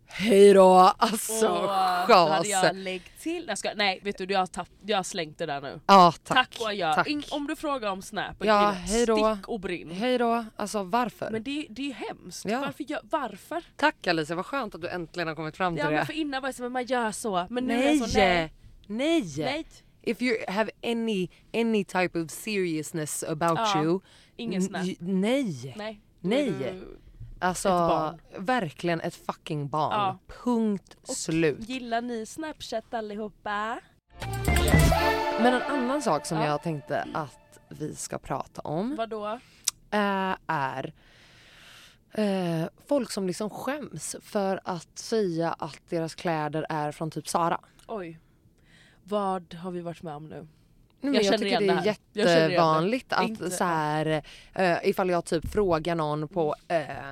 hej då. Alltså Åh, chas. då hade jag läggt till. Jag ska, nej, vet du, jag har, tapp, jag har slängt det där nu. Ja, tack. Tack och jag. Tack. In, om du frågar om Snap och Ja, killen, hej då. stick och brinn. Hej då. Alltså varför? Men det, det är ju hemskt. Ja. Varför, gör, varför? Tack Alicia, vad skönt att du äntligen har kommit fram till Ja, det. men för innan var det som att man gör så. Men nu är Nej. det så, nej. Nej. Nej. If you have any any type of seriousness about Ja, you. ingen Snap. n- Nej. Nej. Nej. Du, Alltså ett barn. verkligen ett fucking barn. Ja. Punkt slut. gillar ni Snapchat allihopa? Men en annan sak som Ja. jag tänkte att vi ska prata om Vadå? äh, är äh, folk som liksom skäms för att säga att deras kläder är från typ Zara. Oj. Vad har vi varit med om nu? Nej, men Jag jag, känner tycker igen det är det här. Jag känner igen det. jättevanligt att Inte- så här, äh, ifall jag typ frågar någon på äh,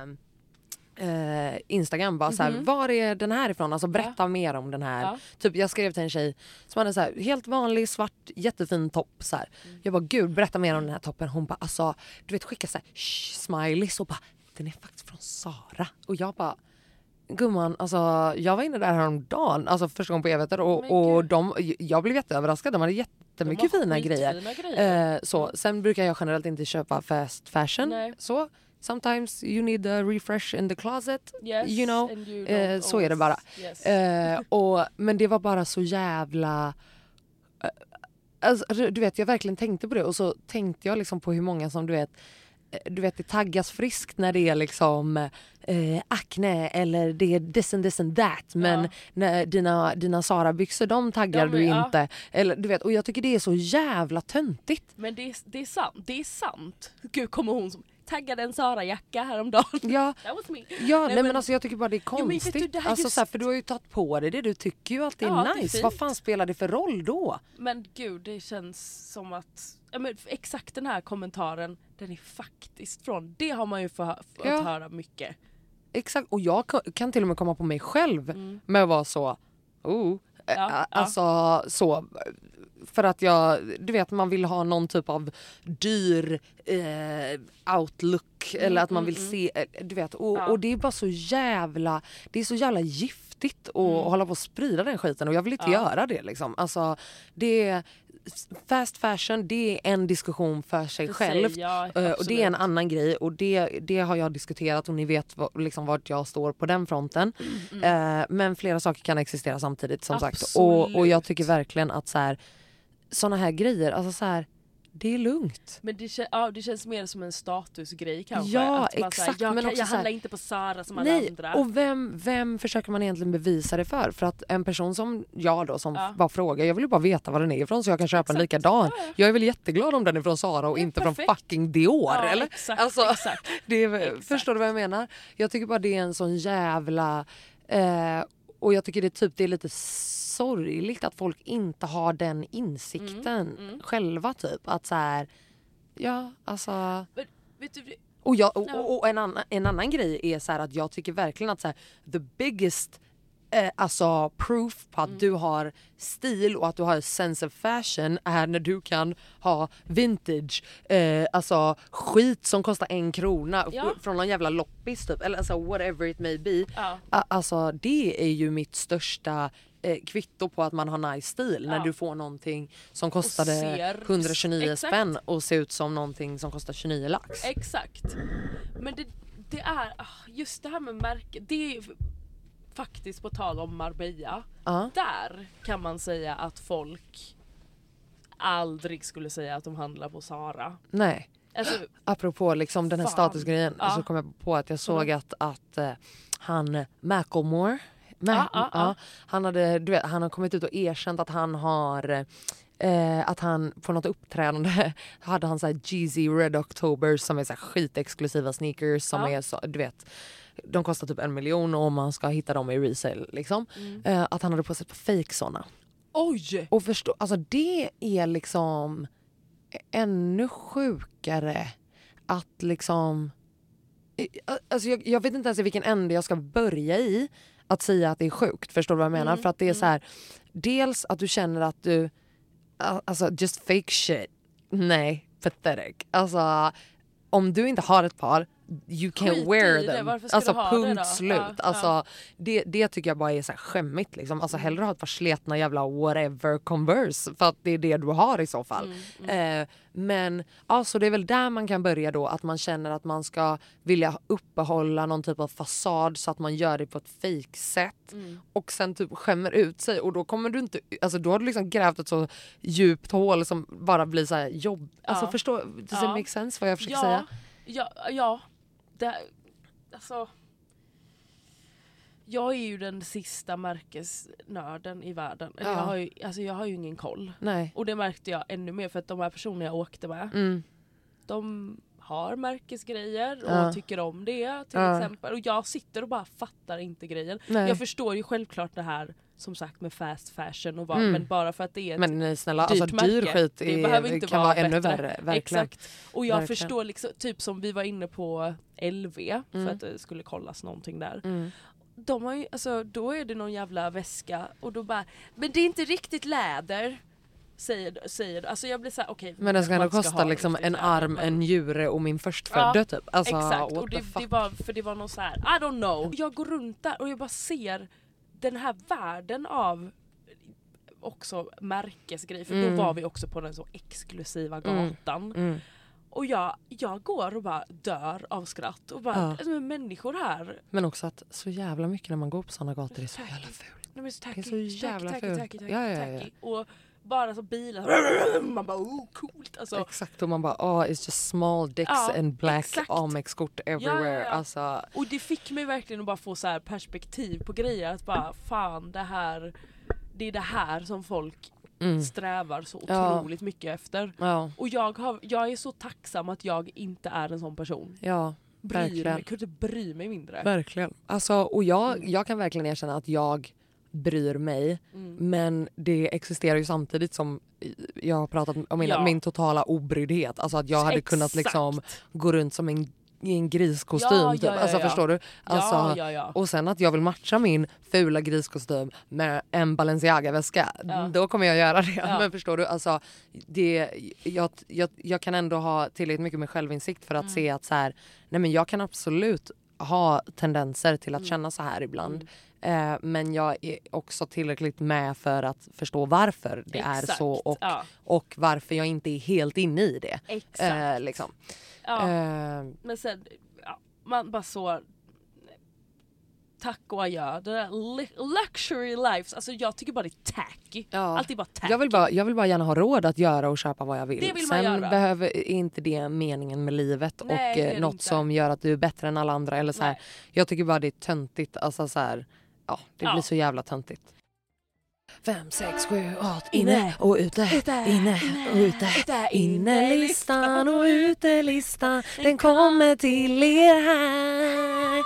äh, Instagram bara så här, var är den här ifrån? Alltså berätta mer om den här. Ja. Typ jag skrev till en tjej som hade så här, helt vanlig svart jättefin topp så här. Jag bara gud berätta mer om den här toppen. Hon bara alltså du vet skicka så här shh, smileys och bara den är faktiskt från Zara. Och jag bara gumman, alltså jag var inne där häromdagen, alltså första gången på evigheter och, och de, jag blev jätteöverraskad, de hade jättemycket De har fina grejer. skitfina grejer. Eh, så. Sen brukar jag generellt inte köpa fast fashion. Nej. Så sometimes you need a refresh in the closet. Yes, you know. and you Eh, don't så är det always- bara. yes. Eh, och, men det var bara så jävla... eh, Alltså, du vet, jag verkligen tänkte på det och så tänkte jag liksom på hur många som du vet du vet det taggas friskt när det är liksom eh, akne eller det är this and this and that men Ja. när dina, dina Zara-byxor de taggar De är- du ja. inte eller du vet och jag tycker det är så jävla töntigt. Men det är, det är sant. Det är sant. Gud, kommer hon som taggade en Zara-jacka häromdagen. Ja, That was me. ja nej, men- men alltså jag tycker bara det är Jo, men vet konstigt. du, det här alltså just- så här, för du har ju tagit på dig det, du tycker ju att det är Ja, det är nice. fint. Vad fan spelar det för roll då? Men gud, det känns som att ja, men exakt den här kommentaren, den är faktiskt från. Det har man ju fått fått Ja. höra mycket. Exakt, och jag kan- kan till och med komma på mig själv Mm. med att vara så, oh, Ja, Ä- ja. alltså så, för att jag, du vet man vill ha någon typ av dyr eh, outlook eller att man vill se, eh, du vet, och, Mm, Ja. och det är bara så jävla, det är så jävla giftigt att hålla på och sprida den skiten och jag vill inte Mm. Ja. göra det liksom. Alltså det fast fashion, det är en diskussion för sig För själv. sig, ja, Eh, och det är absolut. en annan grej och det, det har jag diskuterat och ni vet vad, liksom vart jag står på den fronten. Mm, Eh, men flera saker kan existera samtidigt som sagt. Och, och jag tycker verkligen att så här, såna här grejer, alltså så här, det är lugnt. Men det, kä- ja, det känns mer som en statusgrej kanske. Ja, att man, så här, exakt, jag, men kan, också jag så här- handlar inte på Zara som alla Nej, andra. och vem, vem försöker man egentligen bevisa det för? För att en person som jag då som Ja. bara frågar, jag vill ju bara veta vad den är ifrån så jag kan köpa en Exakt. likadan. Ja, ja. Jag är väl jätteglad om den är från Zara och Ja, inte perfekt. från fucking Dior, Ja, eller? exakt, alltså, exakt. Det är, Exakt. Förstår du vad jag menar? Jag tycker bara det är en sån jävla... Eh, och jag tycker det, typ, det är lite sorgligt att folk inte har den insikten Mm, själva typ. Att så här, ja alltså... Men, vet du, det- Och, jag, och, Ja. och, och en, annan, en annan grej är så här att jag tycker verkligen att så här, the biggest eh, alltså proof på att Mm. du har stil och att du har sense of fashion är när du kan ha vintage, eh, alltså skit som kostar en krona Ja. från någon jävla loppis typ, eller alltså whatever it may be. Ja. A- Alltså det är ju mitt största eh, kvitto på att man har nice stil när Ja. du får någonting som kostade ser- etthundratjugonio exakt. spänn och ser ut som någonting som kostar tjugonio lax. Exakt. Men det, det är ah, just det här med märke. Det är faktiskt på tal om Marbella. Ja. Där kan man säga att folk aldrig skulle säga att de handlar på Zara. Nej. Alltså, Apropå liksom den här Fan. statusgrejen Ja. så kom jag på att jag såg att, att eh, han Macklemore Ma- Ja, ja, ja. han hade du vet, han har kommit ut och erkänt att han har eh, att han på något uppträdande hade han så här Jeezy Red October som är så här skitexklusiva sneakers som Ja. är så du vet de kostar typ en miljon och man ska hitta dem i resale liksom. Mm. Eh, att han hade på sig på fake såna. oj! Och förstå, alltså det är liksom ännu sjukare att liksom... Alltså jag, jag vet inte ens i vilken ände jag ska börja i att säga att det är sjukt. Förstår du vad jag menar? Mm, För att det är så här, dels att du känner att du... Alltså just fake shit. Nej, pathetic. Alltså om du inte har ett par, you can't Skit wear i det. them. Varför ska Alltså du ha punkt det då? slut. Ja, alltså, ja. Det, det tycker jag bara är så här skämmigt. Liksom. Alltså hellre ha ett par sletna jävla whatever Converse. För att det är det du har i så fall. Mm, mm. Eh, men alltså, det är väl där man kan börja då. Att man känner att man ska vilja uppehålla någon typ av fasad. Så att man gör det på ett fake-sätt. Mm. Och sen typ skämmer ut sig. Och då kommer du inte... Alltså då har du liksom grävt ett så djupt hål som bara blir så här jobb. Alltså Ja. förstå... Does Ja. it make sense vad jag försöker ja, säga? Ja, ja. Det, alltså... Jag är ju den sista märkesnörden i världen. Eller Ja. jag, har ju, alltså jag har ju ingen koll. Nej. Och det märkte jag ännu mer för att de här personerna jag åkte med, Mm. de har märkesgrejer och Ja. tycker om det till Ja. exempel. Och jag sitter och bara fattar inte grejen. Nej. Jag förstår ju självklart det här som sagt med fast fashion och vad, Mm. men bara för att det är ett Men nej, snälla, dyrt alltså dyr märke. skit Det är, behöver inte kan vara vara ännu bättre. värre. Verkligen. Exakt. Och jag Verkligen. förstår liksom, typ som vi var inne på L V Mm. för att det skulle kollas någonting där. Mm. De har ju, alltså, då är det någon jävla väska och då bara, men det är inte riktigt läder. Säger, säger alltså jag blir så här, okej. Okay, Men det ska ändå man ska kosta ha liksom riktigt en läder, arm, men- en njure och min förstfödde Ja, typ. Alltså, exakt, what och the det, fuck? det var, för det var någon så här, I don't know. Jag går runt där och jag bara ser den här världen av också märkesgrej. För Mm. då var vi också på den så exklusiva gatan. Mm. Och jag, jag går och bara dör av skratt. Och bara, Ja. alltså, men människor här. Men också att så jävla mycket när man går på sådana gator är så jävla fult. De är så tacky, Det är så jävla tacky, fult. tacky, tacky, Ja, ja, ja. tacky. Och bara så bilar. Man bara, oh coolt. Alltså, Exakt, och man bara, oh, it's just small dicks Ja, and black exakt. Amex-kort everywhere. Ja, ja, ja. Alltså, och det fick mig verkligen att bara få så här perspektiv på grejer. Att bara, fan det här, det är det här som folk mm. strävar så Ja. otroligt mycket efter. Ja, Och jag, har, jag är så tacksam att jag inte är en sån person. ja, Bryr verkligen. mig, kunde inte bry mig mindre. Verkligen. Alltså, och jag, jag kan verkligen erkänna att jag bryr mig. Mm. Men det existerar ju samtidigt som jag har pratat om min, Ja. min totala obryddhet. Alltså att jag hade Exakt. kunnat liksom gå runt som en, i en griskostym. Ja, typ. ja, ja, Alltså ja. förstår du? Alltså, ja, ja, ja. Och sen att jag vill matcha min fula griskostym med en Balenciaga-väska. Ja. Då kommer jag göra det. Ja. Men förstår du? Alltså, det, jag, jag, jag kan ändå ha tillräckligt mycket med självinsikt för att Mm. se att så här, nej men jag kan absolut ha tendenser till att Mm. känna så här ibland. Eh, men jag är också tillräckligt med för att förstå varför det är Exakt, så och, ja. och varför jag inte är helt inne i det. Exakt. Eh, liksom. Ja. Eh, Men sen, ja, man bara så, tack och adjö. Det där li- luxury lives, alltså jag tycker bara det är tacky. Ja. Allt är bara tacky. jag, vill bara, jag vill bara gärna ha råd att göra och köpa vad jag vill. Det vill man Sen göra. behöver inte det meningen med livet Nej, och det är eh, det något inte. som gör att du är bättre än alla andra. Eller så här. Nej. Jag tycker bara det är töntigt. Alltså så här, ja, det Ja. blir så jävla töntigt. Fem, sex, sju, åtta, Inne inne och ute, inne och ute. Innelistan och utelistan, den kommer till er här.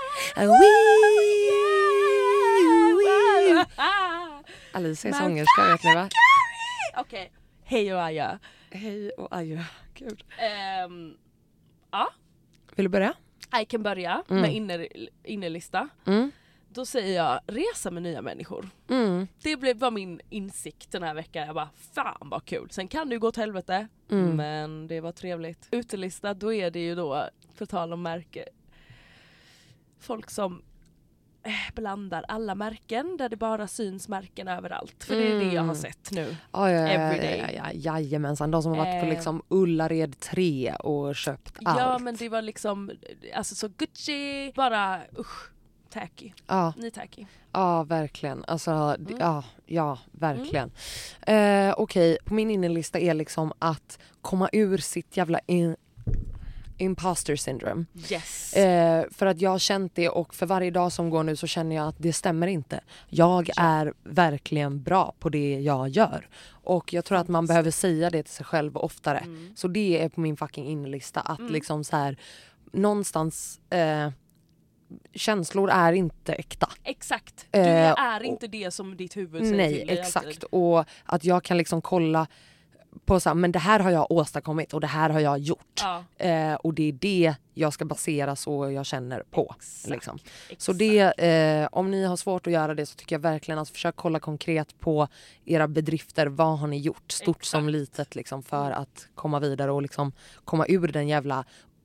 Wee! Alicia är sångerska, vet ni va? Okej, hej och adjö. Hej och adjö. Gud. Ehm, ja, Vill du börja? jag kan börja Mm. med inner, innerlista. Mm. Då säger jag resa med nya människor. Mm. Det blev, var min insikt den här veckan. Jag bara, fan vad kul. Sen kan det ju gå åt helvete. Mm. Men det var trevligt. Utelista, då är det ju då, för tal om märke, folk som eh, blandar alla märken där det bara syns märken överallt. För det är det jag har Mm. sett nu. Ja, ja, ja, Everyday. ja, ja, jajamensan. De som har varit på Eh. liksom Ullared tre och köpt allt. Ja, men det var liksom, alltså så Gucci, bara usch, tacky. Ja, Ni tacky. ja verkligen. Alltså, d- Mm. ja, ja, verkligen. Eh, Okej, på min innelista är liksom att komma ur sitt jävla in- imposter syndrome. Yes. Eh, för att jag har känt det och för varje dag som går nu så känner jag att det stämmer inte. Jag är verkligen bra på det jag gör. Och jag tror att man behöver säga det till sig själv oftare. Mm. Så det är på min fucking inlista. Att Mm. liksom så här, någonstans, eh, känslor är inte äkta. Exakt. Du Eh, är inte det som ditt huvud säger Nej, till dig exakt. alltid. Och att jag kan liksom kolla på så här, men det här har jag åstadkommit och det här har jag gjort. Ja, Eh, och det är det jag ska basera så jag känner på. exakt. Liksom. exakt. Så det, eh, om ni har svårt att göra det så tycker jag verkligen att försök kolla konkret på era bedrifter. Vad har ni gjort? Stort Exakt. som litet liksom, för att komma vidare och liksom komma ur den jävla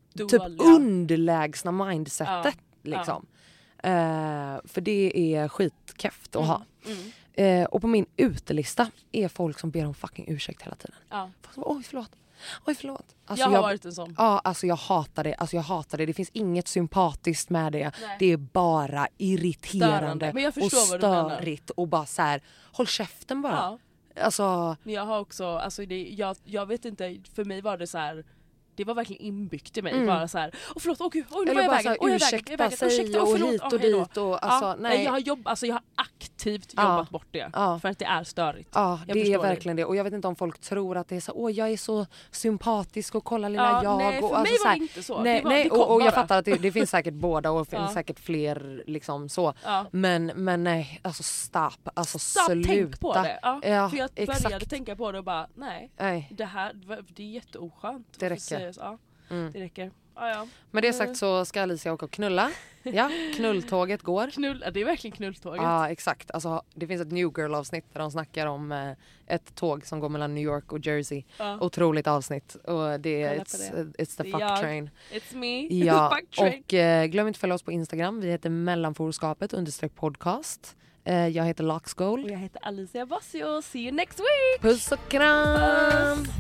typ underlägsna mindsetet. Ja. Liksom. Ja. Uh, för det är skitkeft att mm. ha. Mm. Uh, och på min utelista är folk som ber om fucking ursäkt hela tiden. Ja. Som, Oj förlåt. Oj förlåt. Alltså, jag har jag, varit en sån. Ja, alltså jag hatar det. Alltså jag hatar det. Det finns inget sympatiskt med det. Nej. Det är bara irriterande Men jag och störigt och bara så här, håll käften bara. Ja. Alltså, jag har också, alltså det, jag, jag vet inte, för mig var det så här. Det var verkligen inbyggt i mig. Mm. Bara så här, åh förlåt, åh gud, oj, nu var jag vägen. Oj, ursäkta jag vägen. sig ursäkta, och hit och dit. Och, alltså, ja, nej. Jag, har jobb, alltså, jag har aktivt ja. jobbat bort det. Ja. För att det är störigt. Ja, jag det är verkligen det. det. Och jag vet inte om folk tror att det är så, åh jag är så sympatisk och kolla lilla ja, jag. Nej, för och, mig alltså, var det inte så. Nej, det var, nej det och, och jag bara. fattar att det, det finns säkert båda och det finns ja. säkert fler liksom så. Ja. Men, men nej, alltså stop. Alltså stop, sluta. Tänk på det. Ja, ja, för jag exakt. började tänka på det och bara, nej. nej. Det här, det är jätteoskönt. Det räcker. Ja. Mm. Det räcker. Ah, ja. Med det sagt så ska Alicia åka och knulla. Ja, knulltåget går. Knull, det är verkligen knulltåget. Ja, exakt. Alltså, det finns ett New Girl-avsnitt där de snackar om eh, ett tåg som går mellan New York och Jersey. Ja. Otroligt avsnitt. Och det är it's, det. it's the fuck jag. train. It's me. Ja. Fuck train. Och eh, glöm inte att följa oss på Instagram. Vi heter mellanforskapet understreck podcast. Eh, jag heter Laxgoal. Och jag heter Alicia Bossio. See you next week. Puss och kram. Puss.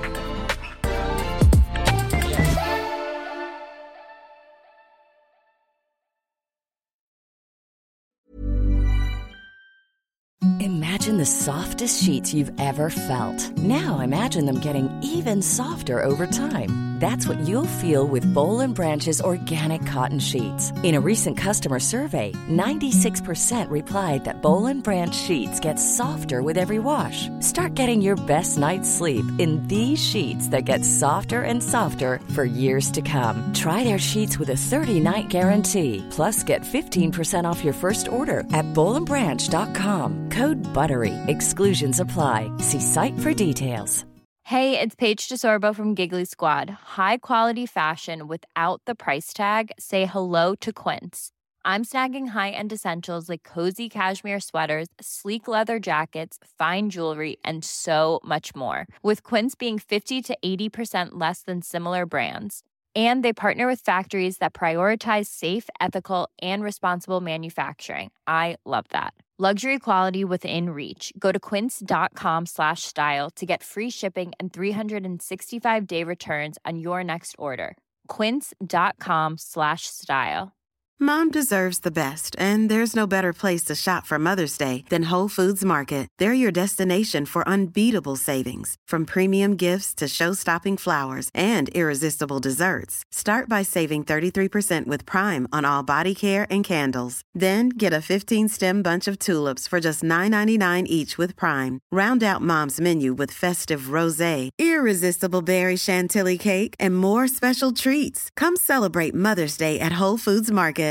Imagine the softest sheets you've ever felt. Now imagine them getting even softer over time. That's what you'll feel with Boll and Branch's organic cotton sheets. In a recent customer survey, ninety-six percent replied that Boll and Branch sheets get softer with every wash. Start getting your best night's sleep in these sheets that get softer and softer for years to come. Try their sheets with a thirty-night guarantee. Plus, get fifteen percent off your first order at boll and branch dot com. Code BUTTERY. Exclusions apply. See site for details. Hey, it's Paige DeSorbo from Giggly Squad. High quality fashion without the price tag. Say hello to Quince. I'm snagging high-end essentials like cozy cashmere sweaters, sleek leather jackets, fine jewelry, and so much more. With Quince being fifty to eighty percent less than similar brands. And they partner with factories that prioritize safe, ethical, and responsible manufacturing. I love that. Luxury quality within reach. Go to quince.com slash style to get free shipping and three sixty-five day returns on your next order. Quince.com slash style. Mom deserves the best, and there's no better place to shop for Mother's Day than Whole Foods Market. They're your destination for unbeatable savings, from premium gifts to show-stopping flowers and irresistible desserts. Start by saving thirty-three percent with Prime on all body care and candles. Then get a fifteen-stem bunch of tulips for just nine ninety-nine each with Prime. Round out Mom's menu with festive rosé, irresistible berry chantilly cake, and more special treats. Come celebrate Mother's Day at Whole Foods Market.